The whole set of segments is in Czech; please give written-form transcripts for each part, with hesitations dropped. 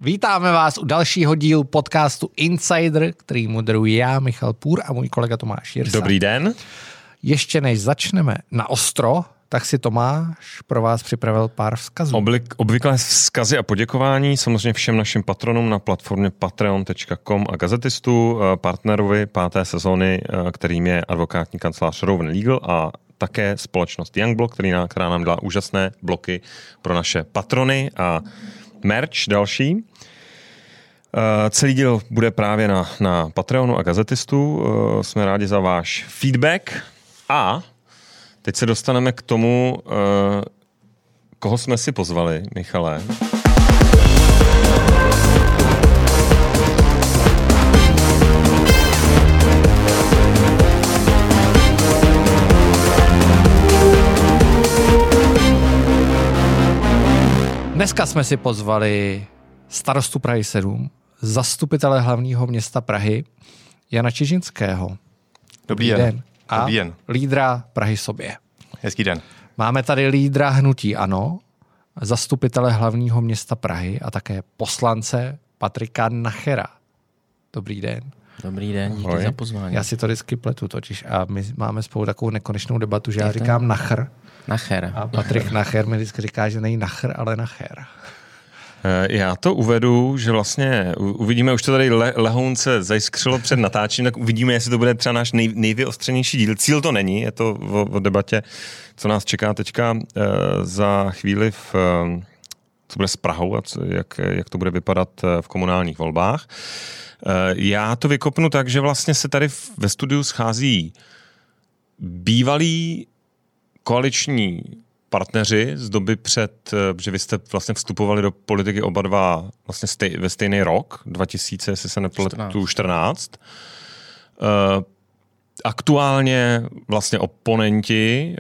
Vítáme vás u dalšího dílu podcastu Insider, který moderuji já, Michal Půr, a můj kolega Tomáš Jirsa. Dobrý den. Ještě než začneme na ostro, tak si Tomáš pro vás připravil pár vzkazů. Obvyklé vzkazy a poděkování samozřejmě všem našim patronům na platformě patreon.com a Gazetistu, partnerovi 5. sezóny, kterým je advokátní kancelář Rowan Legal a také společnost Youngblock, která nám dala úžasné bloky pro naše patrony a merch další. Celý díl bude právě na Patreonu a Gazetistu. Jsme rádi za váš feedback a teď se dostaneme k tomu, koho jsme si pozvali, Michale. Dneska jsme si pozvali starostu Prahy 7, zastupitele hlavního města Prahy Jana Čižinského. Dobrý den. A Dobrý den. lídra Prahy sobě. Hezký den. Máme tady lídra hnutí ANO, zastupitele hlavního města Prahy a také poslance Patrika Nachera. Dobrý den. Dobrý den, díky za pozvání. Já si to vždycky pletu totiž a my máme spolu takovou nekonečnou debatu, že já říkám Nacher. Nacher. A Patrik Nacher mi vždycky říká, že není Nacher, ale Nacher. Já to uvedu, že vlastně uvidíme, už to tady lehounce zajiskřilo před natáčením, tak uvidíme, jestli to bude třeba náš nejvyostřenější díl. Cíl to není, je to o debatě, co nás čeká teďka za chvíli, co bude s Prahou a jak to bude vypadat v komunálních volbách. Já to vykopnu tak, že vlastně se tady ve studiu schází bývalí koaliční partneři z doby že vy jste vlastně vstupovali do politiky oba dva vlastně ve stejný rok, 2000, jestli se nepletu, 14. Aktuálně vlastně oponenti,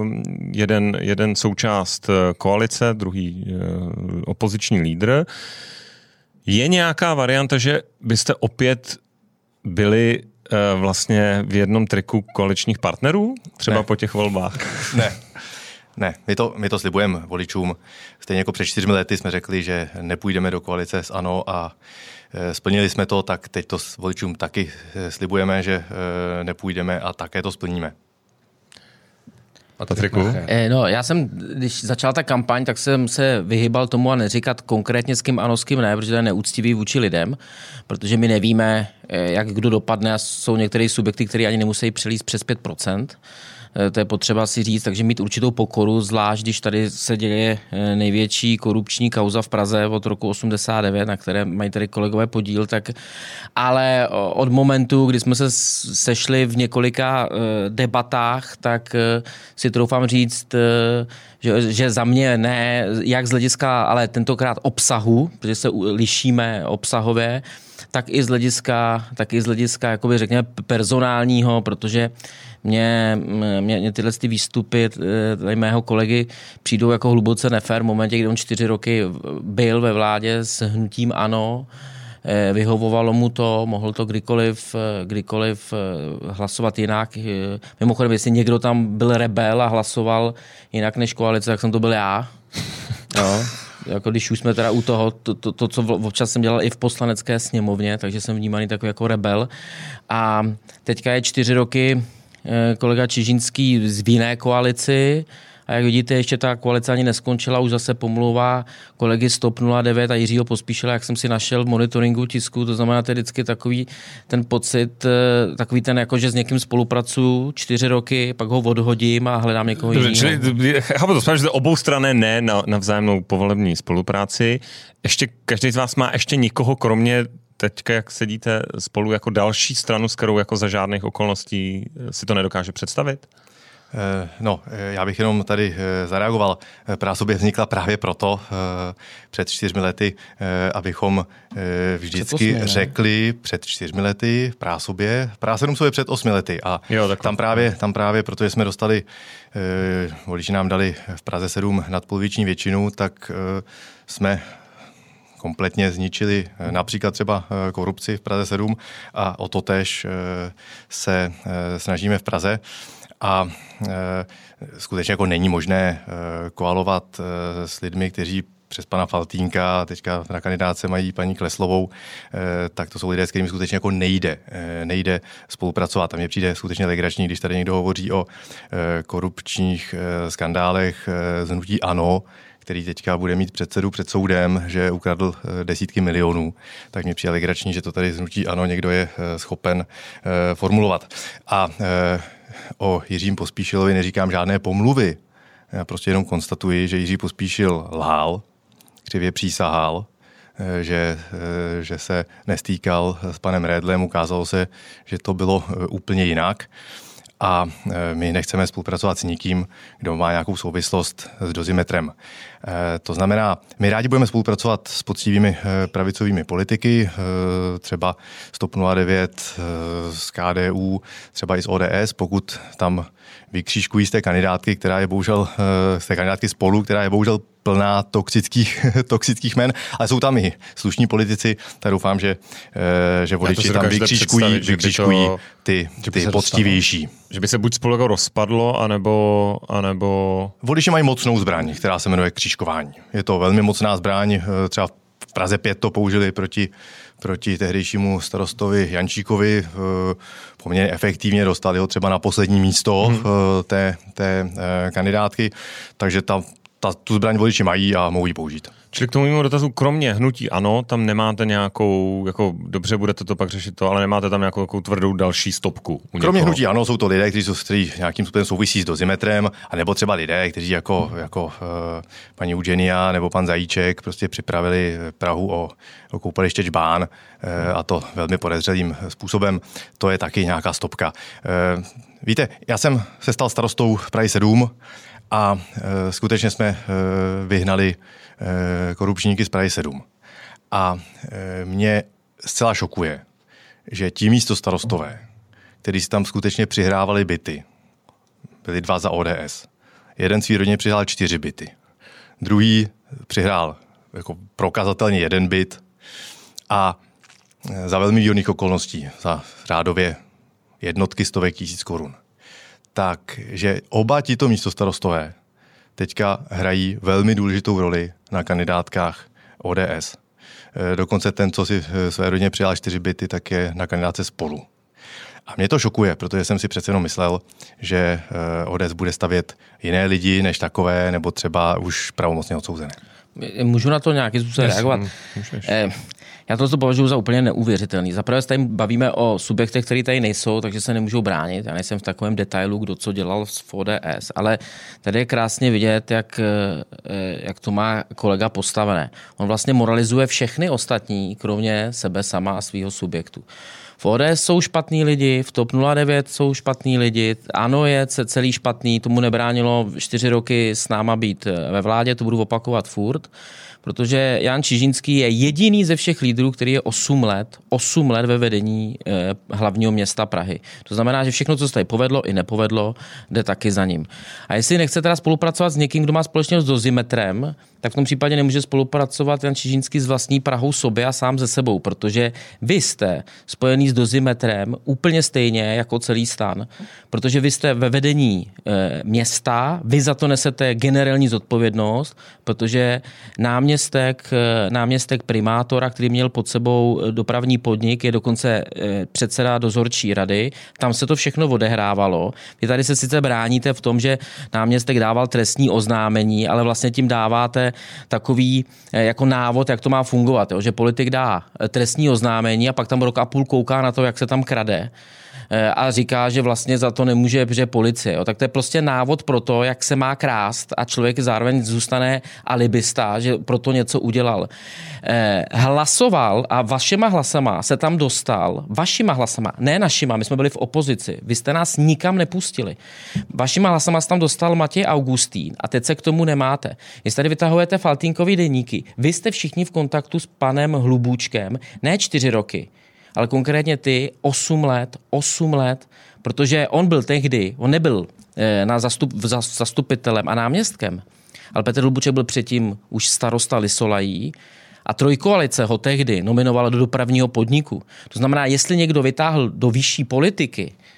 jeden součást koalice, druhý opoziční lídr. Je nějaká varianta, že byste opět byli vlastně v jednom triku koaličních partnerů? Třeba po těch volbách? Ne, my to slibujeme voličům. Stejně jako před 4 lety jsme řekli, že nepůjdeme do koalice s ANO a splnili jsme to, tak teď to voličům taky slibujeme, že nepůjdeme a také to splníme. Patriku? No, já jsem, když začala ta kampaň, tak jsem se vyhýbal tomu a neříkat konkrétně s kým ano, s kým ne, protože to je neúctivý vůči lidem, protože my nevíme, jak kdo dopadne a jsou některé subjekty, které ani nemusí přelíst přes 5%. To je potřeba si říct, takže mít určitou pokoru, zvlášť když tady se děje největší korupční kauza v Praze od roku 89, na které mají tady kolegové podíl, tak ale od momentu, kdy jsme se sešli v několika debatách, tak si troufám říct, že za mě ne, jak z hlediska, ale tentokrát obsahu, protože se lišíme obsahově, tak i z hlediska jakoby řekněme personálního, protože mě tyhle výstupy tady mého kolegy přijdou jako hluboce nefér v momentě, kdy on 4 roky byl ve vládě s hnutím ANO, vyhovovalo mu to, mohl to kdykoliv hlasovat jinak. Mimochodem, jestli někdo tam byl rebel a hlasoval jinak než koalice, tak jsem to byl já. Jo. Jako když už jsme teda u toho, to, co občas jsem dělal i v poslanecké sněmovně, takže jsem vnímaný takový jako rebel. A teďka je 4 roky kolega Čižinský v jiné koalici a jak vidíte, ještě ta koalice ani neskončila, už zase pomlouvá kolegy z TOP 09 a Jiřího Pospíšila, jak jsem si našel v monitoringu tisku, to znamená, to je vždycky takový ten pocit, takový ten jako, že s někým spolupracuju 4 roky, pak ho odhodím a hledám někoho jiného. Čili chápu to správně, že to oboustranné ne na vzájemnou povolební spolupráci. Ještě každý z vás má ještě nikoho, kromě teďka, jak sedíte spolu, jako další stranu, s kterou jako za žádných okolností si to nedokáže představit? Já bych jenom tady zareagoval. Praha sobě vznikla právě proto před 4 lety, abychom vždycky řekli před 4 lety Praha sobě, Praha 7 sobě před 8 lety. A tam právě, protože jsme dostali, voliči nám dali v Praze 7 nadpoloviční většinu, tak jsme kompletně zničili například třeba korupci v Praze 7 a o to též se snažíme v Praze. A skutečně jako není možné koalovat s lidmi, kteří přes pana Faltýnka, teďka na kandidáce mají paní Kleslovou, tak to jsou lidé, s kterými skutečně jako nejde spolupracovat. A mně přijde skutečně legrační, když tady někdo hovoří o korupčních skandálech z hnutí ANO, který teďka bude mít předsedu před soudem, že ukradl desítky milionů, tak mě přijde legrační, že to tady z hnutí ANO někdo je schopen formulovat. A o Jiřím Pospíšilovi neříkám žádné pomluvy. Já prostě jenom konstatuji, že Jiří Pospíšil lhal, křivě přísahal, že se nestýkal s panem Redlem, ukázalo se, že to bylo úplně jinak. A my nechceme spolupracovat s nikým, kdo má nějakou souvislost s Dozimetrem. To znamená, my rádi budeme spolupracovat s poctivými pravicovými politiky, třeba s TOP 09, s KDU, třeba i s ODS, pokud tam vykřížkují z té kandidátky, která je bohužel, z té kandidátky Spolu, která je bohužel plná toxických men, ale jsou tam i slušní politici, tak doufám, že voliči tam vykřížkují ty poctivější. Že by se buď Spolu jako rozpadlo, anebo... Voliči mají mocnou zbraň, která se jmenuje křížkování. Je to velmi mocná zbraň, třeba v Praze 5 to použili proti tehdejšímu starostovi Jančíkovi, poměrně efektivně dostali ho třeba na poslední místo té kandidátky, takže tu zbraň voliči mají a mohou ji použít. Čili k tomu mému dotazu, kromě hnutí ANO, tam nemáte nějakou, jako dobře budete to pak řešit to, ale nemáte tam nějakou tvrdou další stopku? Kromě hnutí ANO jsou to lidé, kteří nějakým způsobem souvisí s Dozimetrem, anebo třeba lidé, kteří jako paní Eugenia nebo pan Zajíček prostě připravili Prahu o koupaliště Džbán a to velmi podezřelým způsobem. To je taky nějaká stopka. Víte, já jsem se stal starostou v Prahy 7 a skutečně jsme vyhnali korupčníky z Prahy 7. A mě zcela šokuje, že ti místostarostové, kteří si tam skutečně přihrávali byty, byli 2 za ODS. Jeden svý rodině přihrál 4 byty. Druhý přihrál jako prokazatelně 1 byt a za velmi výhodných okolností, za řádově jednotky stovek tisíc korun. Takže oba tito místostarostové teďka hrají velmi důležitou roli na kandidátkách ODS. Dokonce ten, co si své rodině přijal 4 byty, tak je na kandidátce Spolu. A mě to šokuje, protože jsem si přece jenom myslel, že ODS bude stavět jiné lidi než takové, nebo třeba už pravomocně odsouzené. Můžu na to nějakým způsobem reagovat? Já to považuji za úplně neuvěřitelný. Zaprvé se tady bavíme o subjektech, které tady nejsou, takže se nemůžou bránit. Já nejsem v takovém detailu, kdo co dělal v ODS, ale tady je krásně vidět, jak to má kolega postavené. On vlastně moralizuje všechny ostatní, kromě sebe sama a svého subjektu. V ODS jsou špatní lidi, v TOP 09 jsou špatní lidi, ANO je celý špatný, tomu nebránilo 4 roky s náma být ve vládě, to budu opakovat furt, protože Jan Čižinský je jediný ze všech lídrů, který je 8 let ve vedení hlavního města Prahy. To znamená, že všechno, co se tady povedlo i nepovedlo, jde taky za ním. A jestli nechce teda spolupracovat s někým, kdo má společného s Dozimetrem, tak v tom případě nemůže spolupracovat Jan Čižinský s vlastní Prahou sobě a sám ze sebou, protože vy jste spojený s Dozimetrem úplně stejně jako celý stan, protože vy jste ve vedení města, vy za to nesete generální zodpovědnost, protože náměstek primátora, který měl pod sebou dopravní podnik, je dokonce předseda dozorčí rady, tam se to všechno odehrávalo. Vy tady se sice bráníte v tom, že náměstek dával trestní oznámení, ale vlastně tím dáváte takový jako návod, jak to má fungovat, jo? Že politik dá trestní oznámení a pak tam rok a půl kouká na to, jak se tam krade a říká, že vlastně za to nemůže, že policie. Jo? Tak to je prostě návod pro to, jak se má krást a člověk zároveň zůstane alibista, že proto něco udělal. Hlasoval a vašima hlasama se tam dostal, vašima hlasama, ne našima, my jsme byli v opozici, vy jste nás nikam nepustili. Vašima hlasama se tam dostal Matěj Augustín a teď se k tomu nemáte. Jestli tady vytahujete Faltýnkovy deníky, vy jste všichni v kontaktu s panem Hlubůčkem, ne 4 roky, ale konkrétně ty 8 let, protože on byl tehdy, on nebyl zastupitelem a náměstkem, ale Petr Hlubuček byl předtím už starosta Lisolají a trojkoalice ho tehdy nominovala do dopravního podniku. To znamená, jestli někdo vytáhl do vyšší politiky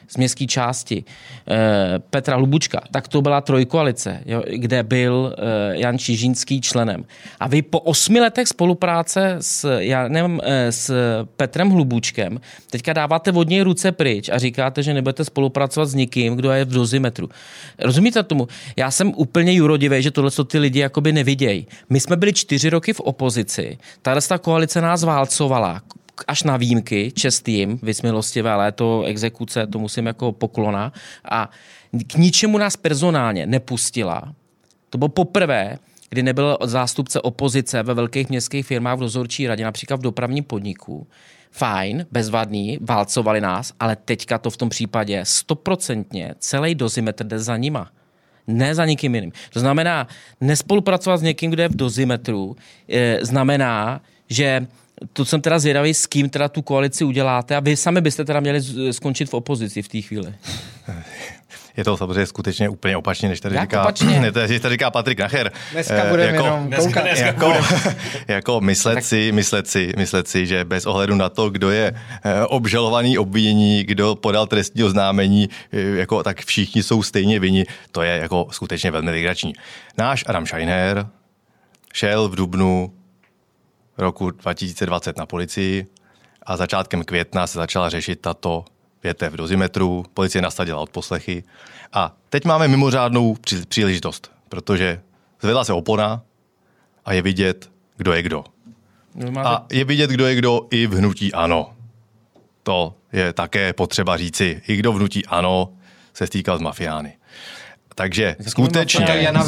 z městské části Petra Hlubučka, tak to byla trojkoalice, jo, kde byl Jan Čižinský členem. A vy po 8 letech spolupráce s Petrem Hlubučkem teďka dáváte od něj ruce pryč a říkáte, že nebudete spolupracovat s nikým, kdo je v dozimetru. Rozumíte tomu? Já jsem úplně jurodivý, že tohle ty lidi jakoby nevidějí. My jsme byli 4 roky v opozici, ta koalice nás válcovala, až na výjimky, čest jim, vysmilostivé léto, exekuce, to musím jako poklona, a k ničemu nás personálně nepustila. To bylo poprvé, kdy nebyl zástupce opozice ve velkých městských firmách v dozorčí radě, například v dopravním podniku. Fajn, bezvadný, válcovali nás, ale teďka to v tom případě 100% celý dozimetr jde za nima. Ne za nikým jiným. To znamená, nespolupracovat s někým, kdo je v dozimetru, znamená, že to jsem teda zvědavý, s kým teda tu koalici uděláte a vy sami byste teda měli skončit v opozici v té chvíli. Je to samozřejmě skutečně úplně opačně, než tady říká Patrik Nacher. Dneska budeme jenom koukat. Jako myslet si, že bez ohledu na to, kdo je obžalovaný, obvinění, kdo podal trestní oznámení, jako, tak všichni jsou stejně vinni, to je jako skutečně velmi legrační. Náš Adam Scheinher šel v dubnu roku 2020 na policii a začátkem května se začala řešit tato větev dozimetru, policie nasadila odposlechy a teď máme mimořádnou příležitost, protože zvedla se opona a je vidět, kdo je kdo. A je vidět, kdo je kdo i v hnutí ANO. To je také potřeba říci. I kdo v hnutí ANO se stýkal s mafiány. Takže skutečně.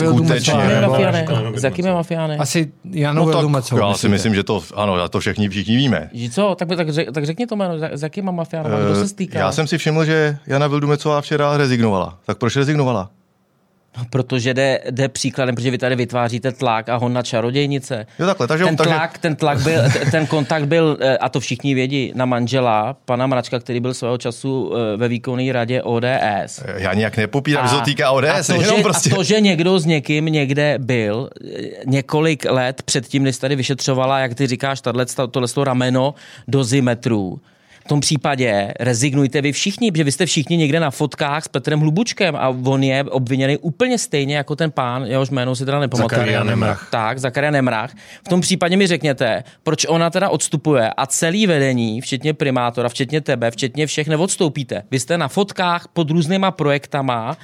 S jakými mafiány? Asi Janu Vildumetzovou. Já si myslím, že to, ano, to všichni víme. Co? Tak řekni to jméno, s jakýma mafiánama, kdo se stýká? Já jsem si všiml, že Jana Vildumetzová včera rezignovala. Tak proč rezignovala? Protože jde příkladem, protože vy tady vytváříte tlak a hon na čarodějnice. Jo, takhle, takže ten kontakt byl, a to všichni vědí, na manžela pana Mračka, který byl svého času ve výkonné radě ODS. Já nijak nepopírám, že se to týká ODS. A to, že někdo s někým někde byl několik let předtím, než tady vyšetřovala, jak ty říkáš, tohle rameno dozimetrů. V tom případě rezignujte vy všichni, protože vy jste všichni někde na fotkách s Petrem Hlubučkem a on je obviněný úplně stejně jako ten pán, jehož jméno si teda nepamatuju. Zakaria Nemrach. Tak, Zakaria Nemrach. V tom případě mi řekněte, proč ona teda odstupuje a celý vedení, včetně primátora, včetně tebe, včetně všech, neodstoupíte. Vy jste na fotkách pod různýma projektama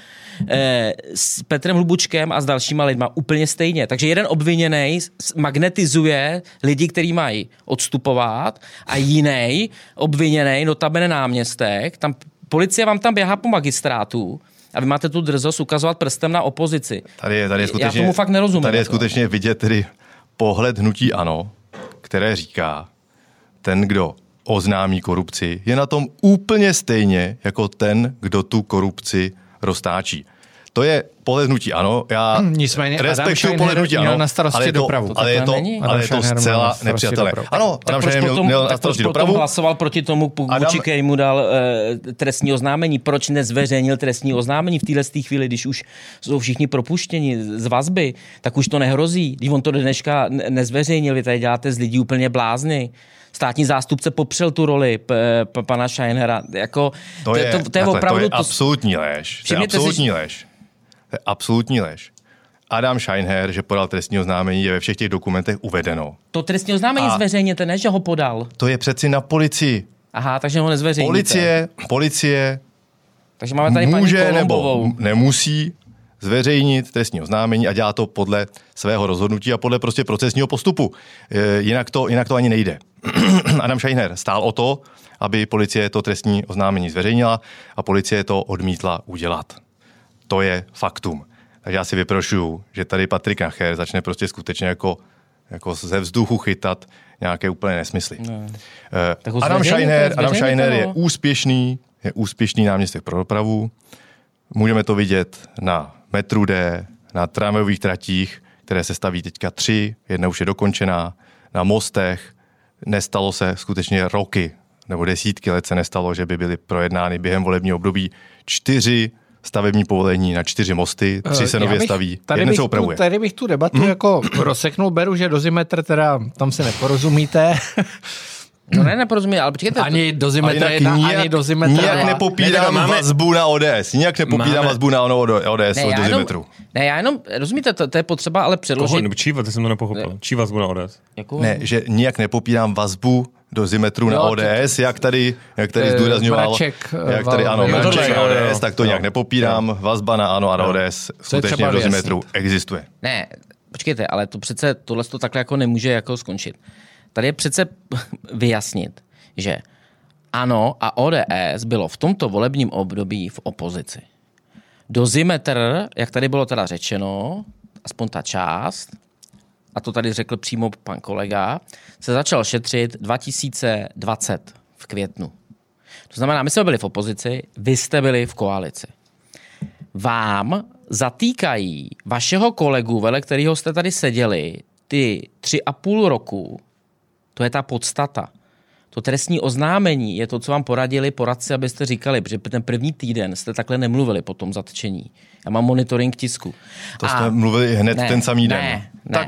s Petrem Hlubučkem a s dalšíma lidma úplně stejně. Takže jeden obviněný magnetizuje lidi, kteří mají odstupovat a jiný obviněný, notabene náměstek, tam policie vám tam běhá po magistrátu a vy máte tu drzost ukazovat prstem na opozici. Tady je skutečně, já tomu fakt nerozumím. Tady je skutečně vidět tedy pohled hnutí ANO, které říká, ten, kdo oznámí korupci, je na tom úplně stejně jako ten, kdo tu korupci roztáčí. To je pohled hnutí ANO. Já respektuju pohled hnutí ANO, na starosti dopravu. Ale je to zcela nepřijatelné. Ano, Adam Scheinher měl na starosti dopravu. Hlasoval proti tomu, který mu dal trestní oznámení. Proč nezveřejnil trestní oznámení v téhle chvíli, když už jsou všichni propuštěni z vazby, tak už to nehrozí. Když on to dneška nezveřejnil, vy tady děláte z lidí úplně blázny. Státní zástupce popřel tu roli pana Scheinhera. Jako, to je opravdu... To je absolutní lež. To je absolutní lež. Adam Scheinher, že podal trestní oznámení, je ve všech těch dokumentech uvedeno. To trestní oznámení zveřejněte, ne, že ho podal. To je přeci na policii. Aha, takže ho nezveřejníte. Policie takže máme tady může nebo nemusí zveřejnit trestní oznámení a dělá to podle svého rozhodnutí a podle prostě procesního postupu. Jinak to ani nejde. Adam Scheinher stál o to, aby policie to trestní oznámení zveřejnila a policie to odmítla udělat. To je faktum. Takže já si vyprošuju, že tady Patrik Nacher začne prostě skutečně jako ze vzduchu chytat nějaké úplně nesmysly. Adam Scheinher je úspěšný náměstek pro dopravu. Můžeme to vidět na metru D, na tramvajových tratích, které se staví teďka 3, jedna už je dokončená, na mostech. Nestalo se skutečně roky nebo desítky let se nestalo, že by byly projednány během volebního období 4 stavební povolení na 4 mosty, 3 se nově staví, jeden se opravuje. Tady bych tu debatu jako rozseknul, beru, že dozimetr teda tam se neporozumíte. No ne, neporozumím, ale počkejte. Ani do Zimetra 1, ani do Zimetra 2. Nijak nepopírám vazbu na ODS. Nijak nepopírám vazbu na ODS do Zimetru. Ne, já jenom, rozumíte, to je potřeba ale předložit. Čí, ty jsem to nepochopil. Čí vazbu na ODS? Ne, že nijak nepopírám vazbu do Zimetru na ODS, jak tady zdůrazňoval, Mraček, jak tady ano, Mraček na ODS, tak to nijak nepopírám. Vazba na ANO a na ODS skutečně do Zimetru existuje. Ne, počkejte, ale to přece tohle to takhle jako nemůže jako skončit. Tady je přece vyjasnit, že ANO a ODS bylo v tomto volebním období v opozici. Dozimetr, jak tady bylo teda řečeno, aspoň ta část, a to tady řekl přímo pan kolega, se začal šetřit 2020 v květnu. To znamená, my jsme byli v opozici, vy jste byli v koalici. Vám zatýkají vašeho kolegu, vedle kterého jste tady seděli, ty 3,5 roku, to je ta podstata. To trestní oznámení je to, co vám poradili poradci, abyste říkali, protože ten první týden jste takhle nemluvili po tom zatčení. Já mám monitoring tisku. To jsme mluvili hned ten samý den.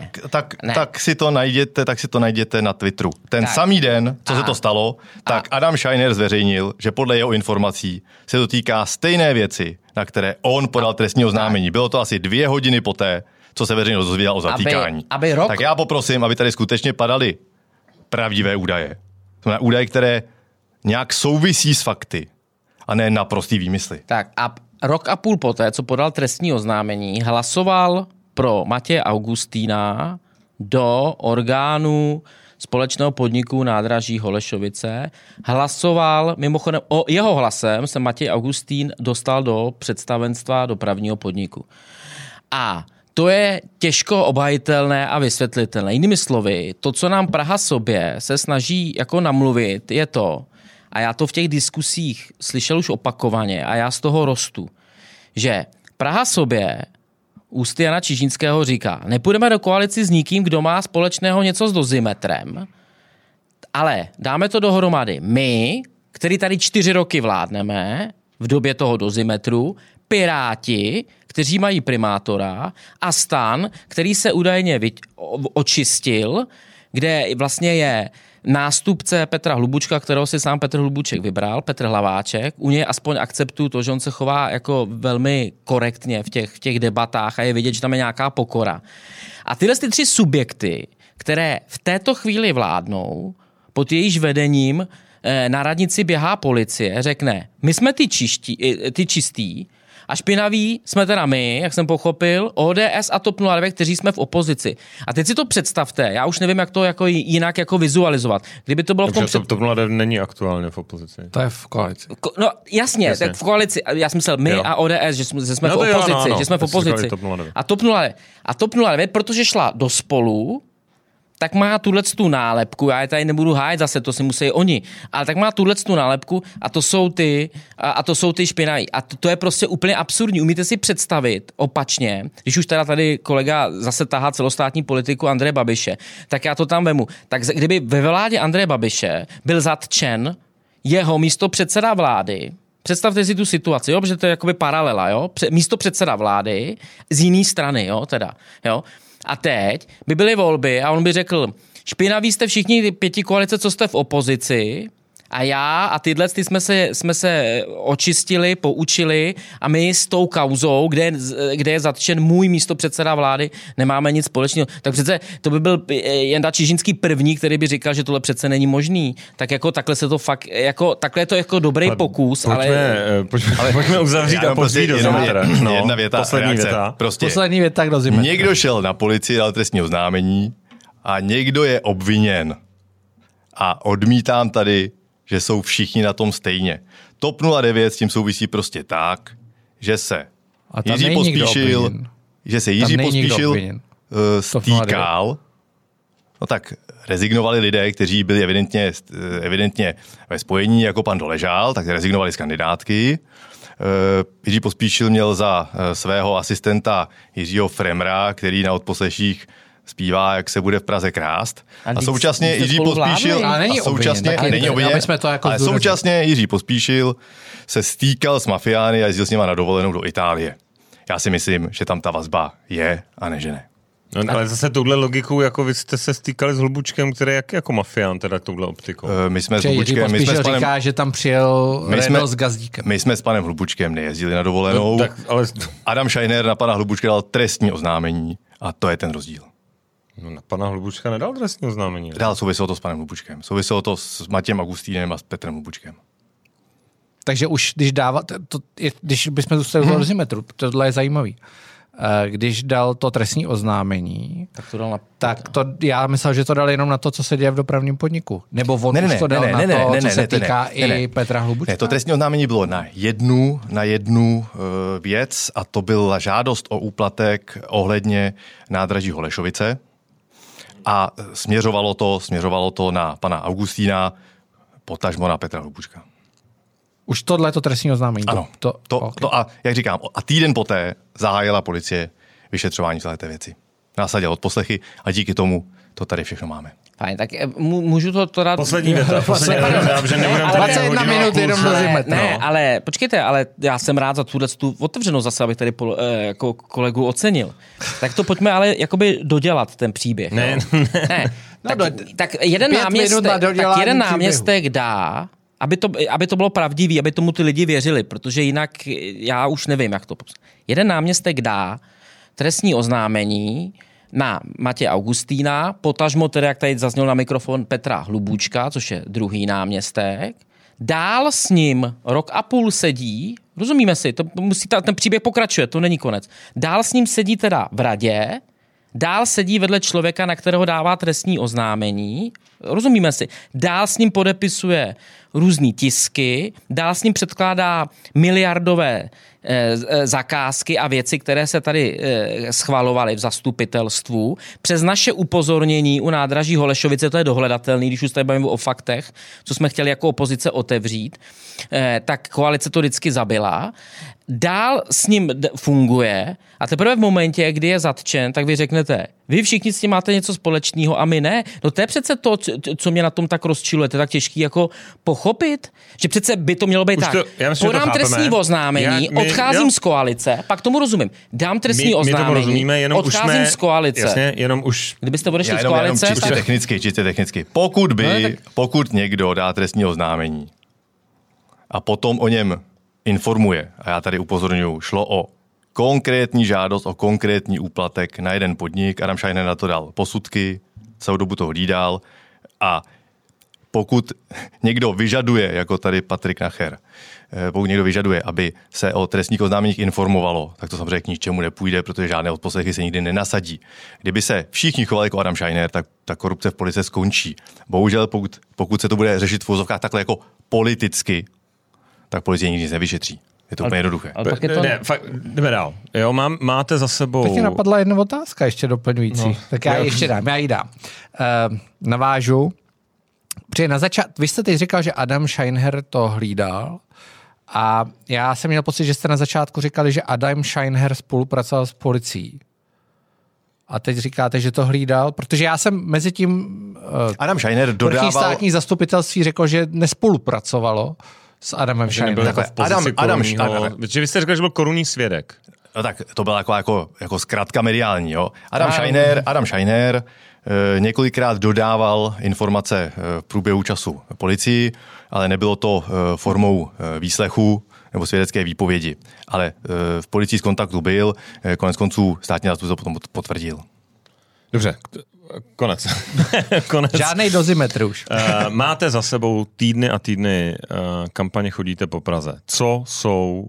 Tak si to najděte na Twitteru. Ten samý den, co se to stalo, tak Adam Scheiner zveřejnil, že podle jeho informací se to týká stejné věci, na které on podal trestní oznámení. Bylo to asi 2 hodiny poté, co se veřejnost dozvěděla o zatýkání. Tak já poprosím, aby tady skutečně padaly pravdivé údaje. To znamená údaje, které nějak souvisí s fakty a ne naprostý výmysly. Tak a 1,5 roku poté, co podal trestní oznámení, hlasoval pro Matěje Augustína do orgánu společného podniku nádraží Holešovice. Hlasoval, mimochodem o jeho hlasem se Matěj Augustín dostal do představenstva dopravního podniku. A to je těžko obhajitelné a vysvětlitelné. Jinými slovy, to, co nám Praha sobě se snaží jako namluvit, je to, a já to v těch diskusích slyšel už opakovaně a já z toho rostu, že Praha sobě ústy Jana Čižinského říká, nepůjdeme do koalici s nikým, kdo má společného něco s Dozimetrem, ale dáme to dohromady my, který tady 4 roky vládneme v době toho Dozimetru, Piráti, kteří mají primátora, a STAN, který se údajně očistil, kde vlastně je nástupce Petra Hlubučka, kterého si sám Petr Hlubuček vybral, Petr Hlaváček. U něj aspoň akceptuju to, že on se chová jako velmi korektně v těch debatách a je vidět, že tam je nějaká pokora. A tyhle 3 subjekty, které v této chvíli vládnou, pod jejíž vedením na radnici běhá policie, řekne, my jsme ty čistí, a špinaví jsme teda my, jak jsem pochopil, ODS a TOP 09, kteří jsme v opozici. A teď si to představte, já už nevím, jak to jako jinak jako vizualizovat. Kdyby to bylo v tom... TOP 09 není aktuálně v opozici. To je v koalici. No jasně, tak v koalici. Já jsem myslel my a ODS, že jsme v opozici. Že jsme v opozici. A TOP 09, protože šla do Spolu, tak má tu nálepku, já je tady nebudu hájit zase, to si musí oni, ale tak má tu nálepku a to jsou ty špinaví. A to je prostě úplně absurdní. Umíte si představit opačně, když už teda tady kolega zase tahá celostátní politiku Andreje Babiše, tak já to tam vemu. Tak kdyby ve vládě Andreje Babiše byl zatčen jeho místopředseda vlády, představte si tu situaci, jo, protože to je jakoby paralela, jo, místopředseda vlády z jiné strany, jo, teda, jo. A teď by byly volby a on by řekl, špinaví jste všichni ty 5 koalice, co jste v opozici, a já a tyhle jsme se očistili, poučili a my s tou kauzou, kde je zatčen můj místopředseda vlády, nemáme nic společného. Tak přece to by byl Janda Čižinský první, který by říkal, že tohle přece není možný. Tak jako takhle se to fakt, jako takhle je to jako dobrý pokus, pojďme uzavřít a později do Zimetra. Jedna věta, poslední věta. Prostě poslední věta do Zimetra. Někdo šel na policii, dal trestní oznámení a někdo je obviněn. A odmítám tady, že jsou všichni na tom stejně. TOP 09 s tím souvisí prostě tak, že se Jiří Pospíšil stýkal, no tak rezignovali lidé, kteří byli evidentně ve spojení jako pan Doležál, tak rezignovali z kandidátky. Jiří Pospíšil měl za svého asistenta Jiřího Fremra, který na odposleších zpívá, jak se bude v Praze krást. A současně Jiří Pospíšil současně Jiří Pospíšil se stýkal s mafiány a jezdil s nima na dovolenou do Itálie. Já si myslím, že tam ta vazba je a ne, že ne. No, ale zase touhle logikou, jako vy jste se stýkali s Hlubučkem, který je jako mafián, teda touhle optikou. My jsme s Hlubučkem... říká, že tam přijel Renault s Gazdíkem. My jsme s panem Hlubučkem nejezdili na dovolenou. No, tak, ale... Adam Scheiner na pana Hlubučka dal trestní oznámení a to je ten rozdíl. No, na pana Hlubučka nedal trestní oznámení. Dal, souviselo to s panem Hlubučkem. Souviselo to s Matějem Augustínem a s Petrem Hlubučkem. Takže už když bychom zůstali v dozimetru, tohle je zajímavý. Když dal to trestní oznámení, tak to já myslel, že to dal jenom na to, co se děje v dopravním podniku. Nebo on už to dal na to, co se týká i Petra Hlubučka. Ne, to trestní oznámení bylo na jednu věc a to byla žádost o úplatek ohledně nádraží Holešovice a směřovalo to na pana Augustína, potažmo na Petra Hlubučka. Už tohle to trestní oznámení. Ano. A jak říkám, a týden poté zahájila policie vyšetřování celé té věci. Následně odposlechy a díky tomu to tady všechno máme. Fajn, tak můžu to dát... Poslední věta, že nebudeme tady 21 minut jenom do zimet. Ne, ale počkejte, ale já jsem rád za tu otevřenost zase, abych tady jako kolegu ocenil. Tak to pojďme ale jakoby dodělat ten příběh. Ne. Tak jeden náměstek dá, aby to bylo pravdivý, aby tomu ty lidi věřili, protože jinak já už nevím, jak to popsat. Jeden náměstek dá trestní oznámení na Matěje Augustína, potažmo tedy, jak tady zazněl na mikrofon, Petra Hlubučka, což je druhý náměstek. Dál s ním rok a půl sedí, rozumíme si, ten příběh pokračuje, to není konec. Dál s ním sedí teda v radě, dál sedí vedle člověka, na kterého dává trestní oznámení, rozumíme si, dál s ním podepisuje různý tisky, dál s ním předkládá miliardové zakázky a věci, které se tady schvalovaly v zastupitelstvu. Přes naše upozornění u nádraží Holešovice, to je dohledatelný, když už tady bavíme o faktech, co jsme chtěli jako opozice otevřít, tak koalice to vždycky zabila. Dál s ním funguje a teprve v momentě, kdy je zatčen, tak vy řeknete, vy všichni s tím máte něco společného a my ne. No to je přece to, co mě na tom tak rozčiluje, to je tak těžký jako pochopit, že přece by to mělo být už tak. Podám trestní oznámení, odcházím z koalice, pak tomu rozumím. Dám trestní oznámení, odcházím z koalice. Jasně, jenom už... Kdybyste odešli z koalice... Čistě technicky. Pokud někdo dá trestní oznámení a potom o něm informuje, a já tady upozorňuji, šlo o konkrétní žádost, o konkrétní úplatek na jeden podnik, Adam Scheiner na to dal posudky, celou dobu to hlídal a pokud někdo vyžaduje, jako tady Patrik Nacher, pokud někdo vyžaduje, aby se o trestních oznámeních informovalo, tak to samozřejmě k ničemu nepůjde, protože žádné odposlechy se nikdy nenasadí. Kdyby se všichni chovali jako Adam Scheiner, tak ta korupce v politice skončí. Bohužel, pokud se to bude řešit v uvozovkách takhle jako politicky, tak policie nikdy nic nevyšetří. Je to úplně jednoduché. Jdeme dál. Jo, máte za sebou... Tak mě napadla jedna otázka ještě doplňující. No. Tak já ji dám. Navážu. Protože vy jste teď říkal, že Adam Scheiner to hlídal a já jsem měl pocit, že jste na začátku říkali, že Adam Scheiner spolupracoval s policií. A teď říkáte, že to hlídal, protože já jsem mezi tím Adam Scheiner dodával... státní zastupitelství řekl, že nespolupracovalo s Adamem Scheinerem. Že vy jste řekl, že byl korunní svědek. No tak to byla jako zkratka mediální. Jo? Adam Scheiner několikrát dodával informace v průběhu času policii, ale nebylo to formou výslechu nebo svědecké výpovědi. Ale v policii z kontaktu byl, konec konců státní zástupce potom potvrdil. Dobře, konec. Žádnej dozimetr už. Máte za sebou týdny a týdny kampaně Chodíte po Praze. Co jsou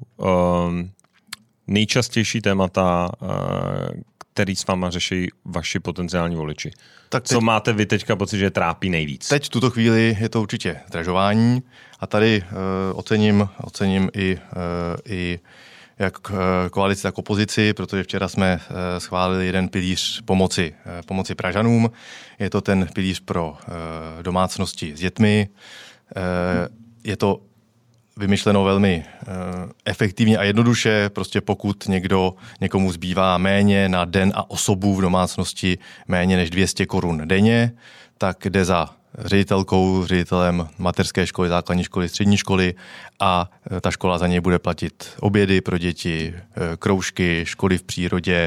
nejčastější témata, který s váma řeší vaši potenciální voliči? Co máte vy teďka pocit, že trápí nejvíc? Teď v tuto chvíli je to určitě zdražování a tady ocením i jak koalici, tak opozici, protože včera jsme schválili jeden pilíř pomoci Pražanům. Je to ten pilíř pro domácnosti s dětmi. Je to vymyšleno velmi efektivně a jednoduše, prostě pokud někomu zbývá méně na den a osobu v domácnosti méně než 200 korun denně, tak jde za ředitelem mateřské školy, základní školy, střední školy a ta škola za něj bude platit obědy pro děti, kroužky, školy v přírodě,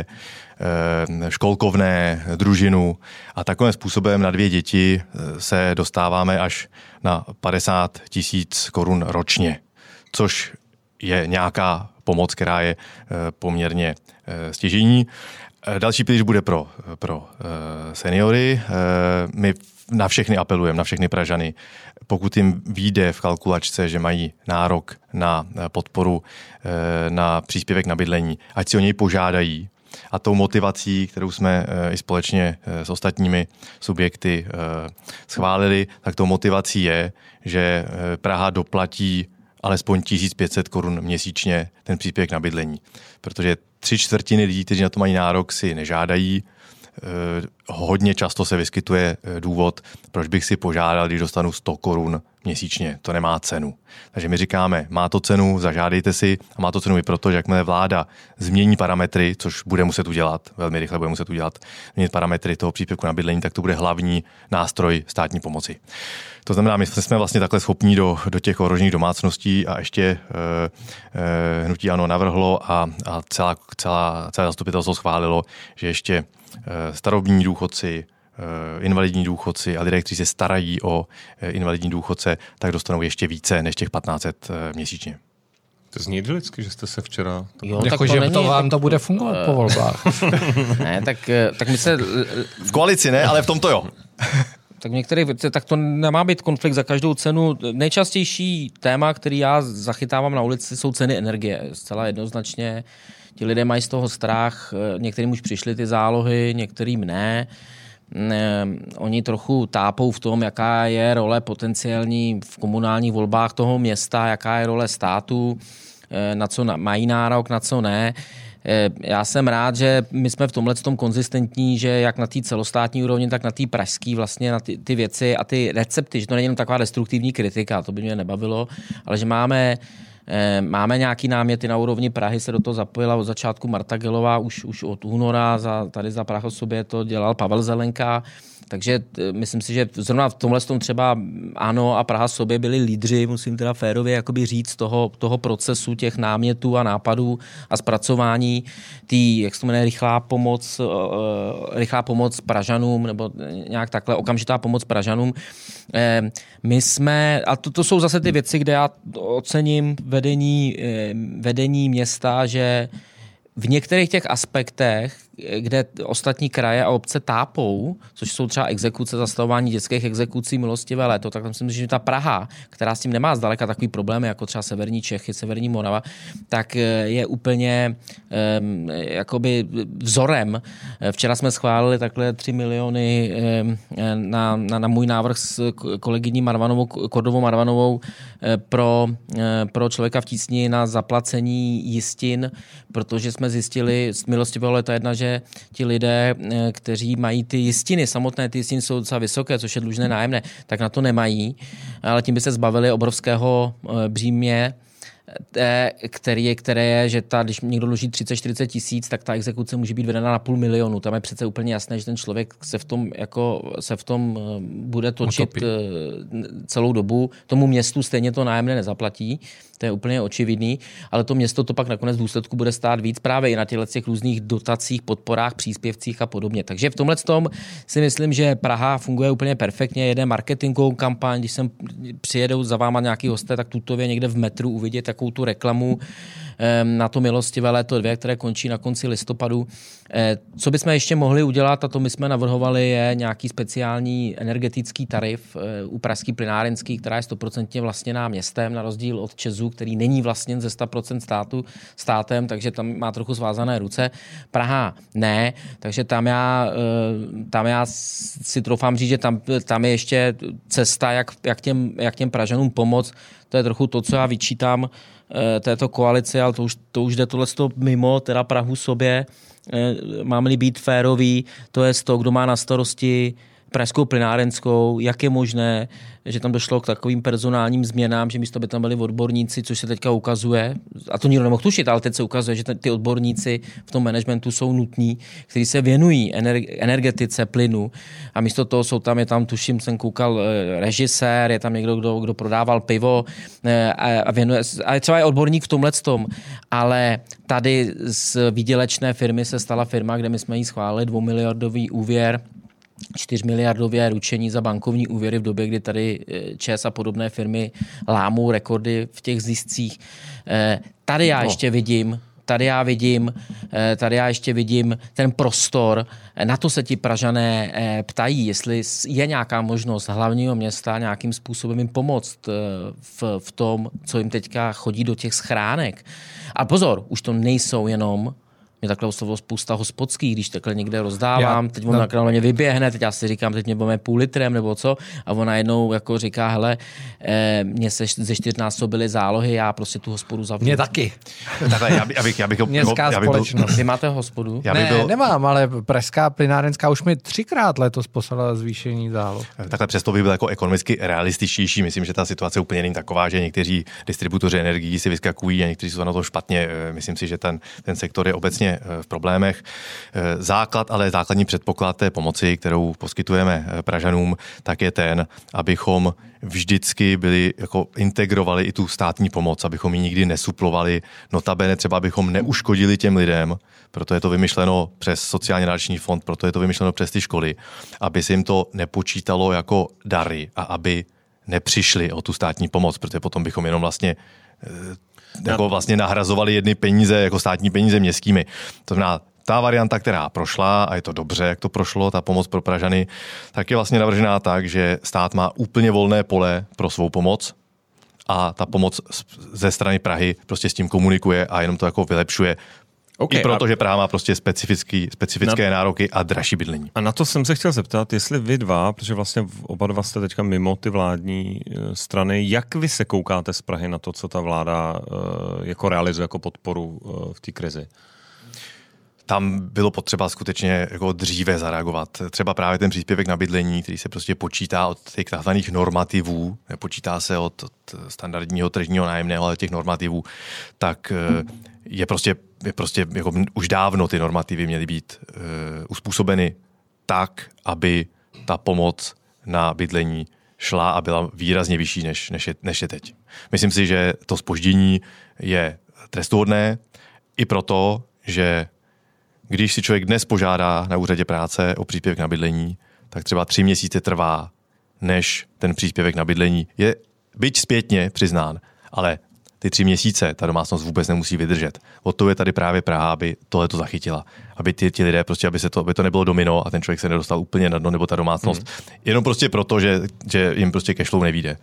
školkovné, družinu a takovým způsobem na 2 děti se dostáváme až na 50 000 korun ročně, což je nějaká pomoc, která je poměrně stěžejní. Další pilíř bude pro seniory. My na všechny apelujeme, na všechny Pražany. Pokud jim vyjde v kalkulačce, že mají nárok na podporu, na příspěvek na bydlení, ať si o něj požádají. A tou motivací, kterou jsme i společně s ostatními subjekty schválili, tak tou motivací je, že Praha doplatí alespoň 1500 korun měsíčně ten příspěvek na bydlení. Protože 3/4 lidí, kteří na to mají nárok, si nežádají. Hodně často se vyskytuje důvod, proč bych si požádal, když dostanu 100 korun měsíčně. To nemá cenu. Takže my říkáme, má to cenu, zažádejte si a má to cenu i proto, že jakmile vláda změní parametry, což bude muset udělat, velmi rychle bude muset udělat, změnit parametry toho příspěvku na bydlení, tak to bude hlavní nástroj státní pomoci. To znamená, my jsme vlastně takhle schopní do těch ohrožených domácností a ještě hnutí ANO navrhlo a celé zastupitelstvo schválilo, že ještě starobní důchodci, invalidní důchodci a lidé, kteří se starají o invalidní důchodce, tak dostanou ještě více než těch 1500 měsíčně. To zní idylicky, že jste se včera... Jakože to vám to bude fungovat po volbách. Ne, tak my se... V koalici ne, ale v tomto jo. Tak tak to nemá být konflikt za každou cenu. Nejčastější téma, který já zachytávám na ulici, jsou ceny energie. Zcela jednoznačně. Ti lidé mají z toho strach, některým už přišly ty zálohy, některým ne. Oni trochu tápou v tom, jaká je role potenciální v komunálních volbách toho města, jaká je role státu, na co mají nárok, na co ne. Já jsem rád, že my jsme v tomhletom konzistentní, že jak na té celostátní úrovni, tak na té pražské vlastně na ty věci a ty recepty, že to není jenom taková destruktivní kritika, to by mě nebavilo, ale že máme nějaký náměty na úrovni Prahy, se do toho zapojila od začátku Marta Gelová, už od února, tady za Prachosobě to dělal Pavel Zelenka, takže myslím si, že zrovna v tomhle třeba ANO a Praha sobě byli lídři, musím teda férově jakoby říct toho procesu těch námětů a nápadů a zpracování jak se to jmenuje, rychlá pomoc Pražanům, nebo nějak takhle, okamžitá pomoc Pražanům. My jsme, a to jsou zase ty věci, kde já ocením vedení města, že v některých těch aspektech, kde ostatní kraje a obce tápou, což jsou třeba exekuce, zastavování dětských exekucí, milostivé léto, tak tam si myslím, že ta Praha, která s tím nemá zdaleka takový problémy, jako třeba severní Čechy, severní Morava, tak je úplně jakoby vzorem. Včera jsme schválili takhle 3 miliony na můj návrh s kolegyní Kordovou Marvanovou pro člověka v tísni na zaplacení jistin, protože jsme zjistili z milostivého léta 1, že ti lidé, kteří mají ty jistiny, samotné ty jistiny jsou docela vysoké, což je dlužné nájemné, tak na to nemají, ale tím by se zbavili obrovského břímě, které je, že když někdo dluží 30-40 tisíc, tak ta exekuce může být vedena na 500 000. Tam je přece úplně jasné, že ten člověk se v tom bude točit celou dobu. Tomu městu stejně to nájemné nezaplatí. To je úplně očividný, ale to město to pak nakonec v důsledku bude stát víc právě i na těch různých dotacích, podporách, příspěvcích a podobně. Takže v tomhle tom si myslím, že Praha funguje úplně perfektně, jede marketingovou kampaň, když sem přijedou za váma nějaký hosté, tak tutově někde v metru uvidět takovou tu reklamu na to milostivé léto 2, které končí na konci listopadu. Co bychom ještě mohli udělat, a to my jsme navrhovali, je nějaký speciální energetický tarif u pražský plynárenský, která je 100% vlastněná městem, na rozdíl od ČEZu, který není vlastněn ze 100% státem, takže tam má trochu svázané ruce. Praha ne, takže tam já si troufám říct, že tam je ještě cesta, jak těm Pražanům pomoct. To je trochu to, co já vyčítám této koalici, ale to už jde tohleto mimo, teda Prahu sobě. Mám-li být férový, to je to, kdo má na starosti Pražskou plynárenskou, jak je možné, že tam došlo k takovým personálním změnám, že místo by tam byli odborníci, což se teďka ukazuje, a to nikdo nemohl tušit, ale teď se ukazuje, že ty odborníci v tom managementu jsou nutní, kteří se věnují energetice, plynu, a místo toho je tam tuším, jsem koukal, režisér, je tam někdo, kdo prodával pivo a věnuje, a třeba je odborník v tomhletom, ale tady z výdělečné firmy se stala firma, kde my jsme jí schválili 2 miliardový úvěr, 4 miliardové ručení za bankovní úvěry v době, kdy tady ČEZ a podobné firmy lámou rekordy v těch ziscích. Tady já ještě vidím ten prostor. Na to se ti Pražané ptají, jestli je nějaká možnost hlavního města nějakým způsobem jim pomoct v tom, co jim teďka chodí do těch schránek. A pozor, už to nejsou jenom. Mě takhle oslovilo spousta hospodských, když takhle někde rozdávám, teď on na mě vyběhne, teď já si říkám, teď mě budeme půl litrem nebo co, a ona jednou jako říká, hele, mě se ze 4násobily zálohy, já prostě tu hospodu zavřu. Mě taky. Takhle, Městská společnost. Vy máte hospodu? Nemám, ale Pražská plynárenská už mi 3krát letos poslala zvýšení záloh. Takhle přesto by byl jako ekonomicky realističtější. Myslím, že ta situace úplně není taková, že někteří distributoři energií si vyskakují a někteří jsou na tom špatně. Myslím si, že ten sektor je obecně v problémech. Základní předpoklad té pomoci, kterou poskytujeme Pražanům, tak je ten, abychom vždycky jako integrovali i tu státní pomoc, abychom ji nikdy nesuplovali, notabene třeba abychom neuškodili těm lidem, proto je to vymyšleno přes sociálně náročný fond, proto je to vymyšleno přes ty školy, aby se jim to nepočítalo jako dary a aby nepřišli o tu státní pomoc, protože potom bychom jenom vlastně nahrazovali jedny peníze jako státní peníze městskými. To znamená, ta varianta, která prošla, a je to dobře, jak to prošlo, ta pomoc pro Pražany, tak je vlastně navržená tak, že stát má úplně volné pole pro svou pomoc a ta pomoc ze strany Prahy prostě s tím komunikuje a jenom to jako vylepšuje. Okay, i proto, že Praha má prostě specifické nároky a dražší bydlení. A na to jsem se chtěl zeptat, jestli vy dva, protože vlastně oba dva jste teďka mimo ty vládní strany, jak vy se koukáte z Prahy na to, co ta vláda jako realizuje jako podporu v té krizi? Tam bylo potřeba skutečně jako dříve zareagovat. Třeba právě ten příspěvek na bydlení, který se prostě počítá od těch takzvaných normativů, nepočítá se od standardního tržního nájemného, ale těch normativů, tak je prostě jako už dávno ty normativy měly být uspůsobeny tak, aby ta pomoc na bydlení šla a byla výrazně vyšší, než je teď. Myslím si, že to zpoždění je trestuhodné i proto, že když si člověk dnes požádá na úřadě práce o příspěvek na bydlení, tak třeba 3 měsíce trvá, než ten příspěvek na bydlení je byť zpětně přiznán, ale ty 3 měsíce ta domácnost vůbec nemusí vydržet. Od toho je tady právě Praha, aby tohle to zachytila. Aby ti lidé, prostě, aby to nebylo domino a ten člověk se nedostal úplně na dno, nebo ta domácnost. Jenom prostě proto, že jim prostě cashflow nevyjde.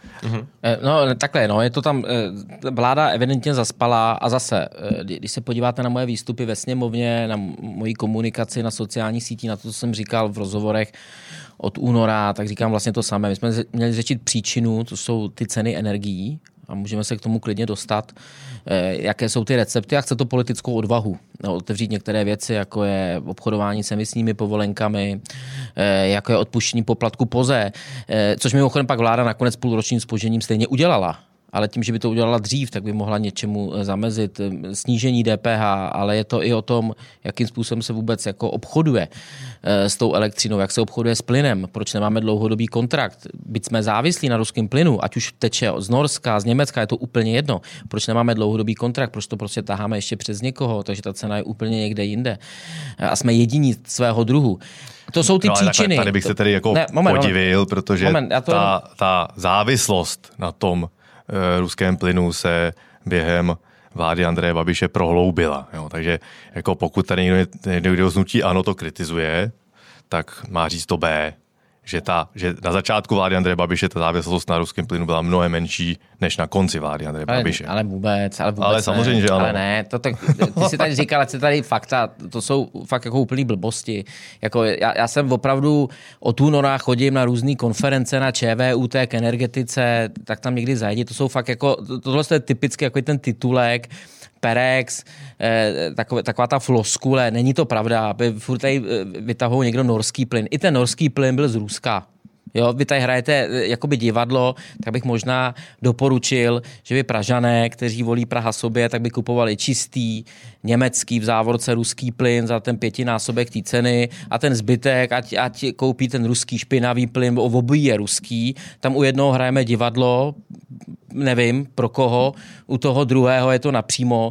No takhle, je to tam, vláda evidentně zaspala a zase, když se podíváte na moje výstupy ve sněmovně, na moji komunikaci na sociálních sítích, na to, co jsem říkal v rozhovorech od února, tak říkám vlastně to samé. My jsme měli řešit příčinu, to jsou ty ceny energií, a můžeme se k tomu klidně dostat, jaké jsou ty recepty a chce to politickou odvahu. Otevřít některé věci, jako je obchodování s emisními povolenkami, jako je odpuštění poplatku POZE, což mimochodem pak vláda nakonec půlročním zpožděním stejně udělala. Ale tím, že by to udělala dřív, tak by mohla něčemu zamezit. Snížení DPH, ale je to i o tom, jakým způsobem se vůbec jako obchoduje s tou elektřinou, jak se obchoduje s plynem, proč nemáme dlouhodobý kontrakt. Byť jsme závislí na ruském plynu, ať už teče z Norska, z Německa, je to úplně jedno. Proč nemáme dlouhodobý kontrakt, proč to prostě taháme ještě přes někoho, takže ta cena je úplně někde jinde. A jsme jediní svého druhu. To jsou ty příčiny. Tady bych se tady jako podivil, protože ta závislost na tom ruském plynu se během vlády Andreje Babiše prohloubila. Jo. Takže jako pokud tady někdo z hnutí ANO to kritizuje, tak má říct to B, že na začátku vlády Andreje Babiše ta závislost na ruském plynu byla mnohem menší než na konci vlády Andreje Babiše. Ale vůbec ale samozřejmě, že ano. Ale ne, ty si tady říkal, že tady fakta, to jsou fakt jako úplný blbosti. Jako já jsem opravdu od února chodím na různé konference na ČVUT k energetice, tak tam někdy zajdi, to jsou fakt jako, tohle je typicky jako ten titulek, Perex, taková ta floskule, není to pravda, furt tady vytahují někdo norský plyn. I ten norský plyn byl z Ruska. Jo, vy tady hrajete jakoby divadlo, tak bych možná doporučil, že by Pražané, kteří volí Praha sobě, tak by kupovali čistý, německý, v závorce ruský plyn za ten 5násobek té ceny a ten zbytek, ať koupí ten ruský špinavý plyn, obojí je ruský, tam u jednoho hrajeme divadlo, nevím pro koho, u toho druhého je to napřímo.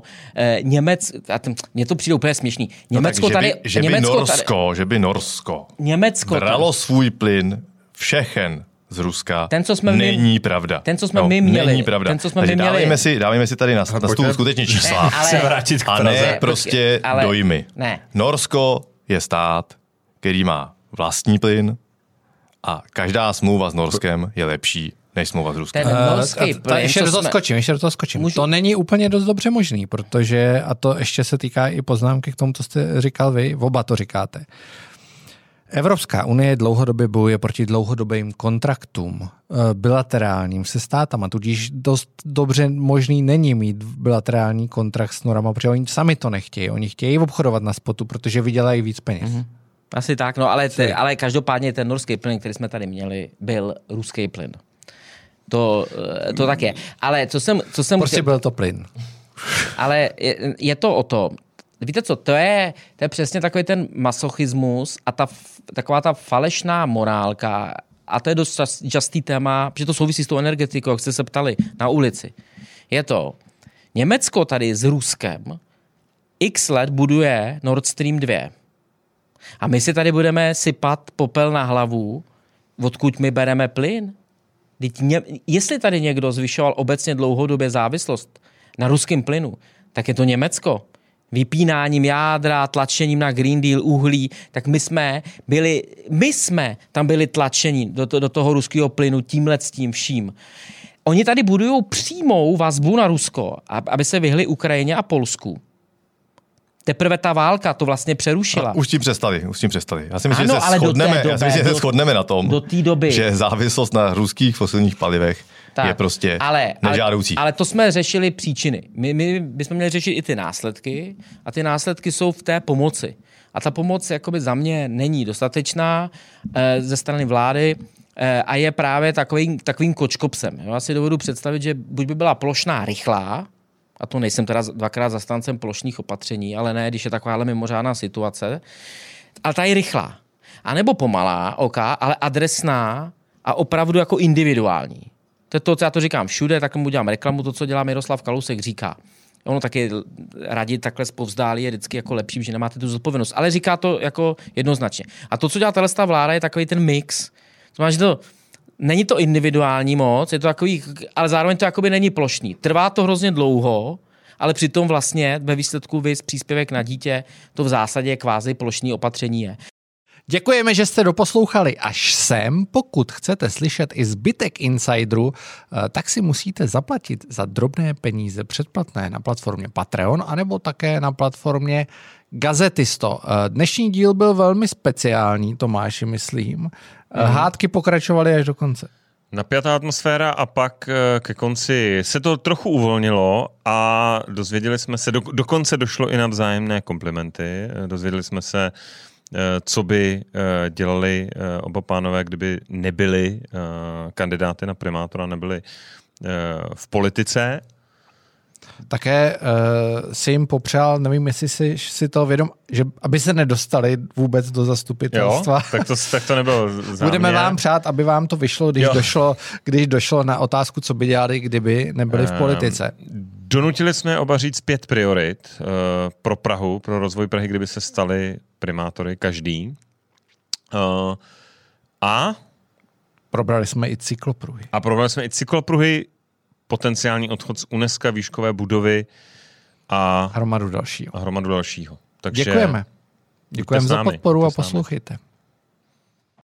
Mně to přijde úplně směšný. Německo tady... Že by Norsko Německo bralo svůj plyn všechen z Ruska, není pravda. Ten, co jsme my měli. Není pravda. Ten, co jsme my měli. Dávejme si tady na stůl skutečně čísla. A ne prostě dojmy. Ne. Norsko je stát, který má vlastní plyn a každá smlouva s Norskem je lepší než smlouva s Ruskem. Ten norský plyn, ještě do toho skočím. To není úplně dost dobře možný, protože, a to ještě se týká i poznámky k tomu, co jste říkal vy, oba to říkáte. Evropská unie dlouhodobě bojuje proti dlouhodobým kontraktům bilaterálním se státama, tudíž dost dobře možný není mít bilaterální kontrakt s Norama, protože oni sami to nechtějí. Oni chtějí obchodovat na spotu, protože vydělají víc peněz. Mm-hmm. Asi tak, no ale každopádně ten norský plyn, který jsme tady měli, byl ruský plyn. To tak je. Ale co jsem prostě byl to plyn. Ale je to o to. Víte co, to je přesně takový ten masochismus a taková ta falešná morálka a to je dost častý téma, protože to souvisí s tou energetikou, jak jste se ptali na ulici. Je to, Německo tady s Ruskem x let buduje Nord Stream 2 a my si tady budeme sypat popel na hlavu, odkud my bereme plyn. Jestli tady někdo zvyšoval obecně dlouhodobě závislost na ruském plynu, tak je to Německo. Vypínáním jádra, tlačením na Green Deal, uhlí, tak my jsme tam byli tlačeni do toho ruského plynu tímhletím vším. Oni tady budují přímou vazbu na Rusko, aby se vyhli Ukrajině a Polsku. Teprve ta válka to vlastně přerušila. Už tím přestali. Já si myslím, že se shodneme na tom, že závislost na ruských fosilních palivech je prostě nežádoucí. Ale to jsme řešili příčiny. My bychom měli řešit i ty následky a ty následky jsou v té pomoci. A ta pomoc jakoby za mě není dostatečná ze strany vlády a je právě takovým kočkopsem. Já si dovedu představit, že buď by byla plošná rychlá, a to nejsem teda dvakrát zastáncem plošných opatření, ale ne, když je takováhle mimořádná situace, ale ta je rychlá. A nebo pomalá, ale adresná a opravdu jako individuální. To je to, co já to říkám všude, tak mu dělám reklamu, to, co dělá Miroslav Kalousek, říká. Ono taky radit takhle zpovzdálí je vždycky jako lepší, že nemáte tu zodpovědnost, ale říká to jako jednoznačně. A to, co dělá tato vláda, je takový ten mix. Znamená, že to není to individuální moc, je to takový, ale zároveň to jakoby není plošný. Trvá to hrozně dlouho, ale přitom vlastně ve výsledku vys příspěvek na dítě to v zásadě kvázi plošný opatření je. Děkujeme, že jste doposlouchali až sem. Pokud chcete slyšet i zbytek Insideru, tak si musíte zaplatit za drobné peníze předplatné na platformě Patreon anebo také na platformě Gazetisto. Dnešní díl byl velmi speciální, Tomáši, myslím. Hádky pokračovaly až do konce. Napjatá atmosféra a pak ke konci se to trochu uvolnilo a dozvěděli jsme se, dokonce došlo i na vzájemné komplimenty. Dozvěděli jsme se, co by dělali oba pánové, kdyby nebyli kandidáty na primátora, nebyli v politice. Také si jim popřál, nevím, jestli si to vědom, že aby se nedostali vůbec do zastupitelstva. Jo, tak to nebylo záměr. Budeme vám přát, aby vám to vyšlo, když došlo na otázku, co by dělali, kdyby nebyli v politice. Donutili jsme oba říct 5 priorit pro Prahu, pro rozvoj Prahy, kdyby se stali primátory, každý. A probrali jsme i cyklopruhy. Potenciální odchod z UNESCO, výškové budovy a hromadu dalšího. Takže Děkujeme za podporu a poslouchejte.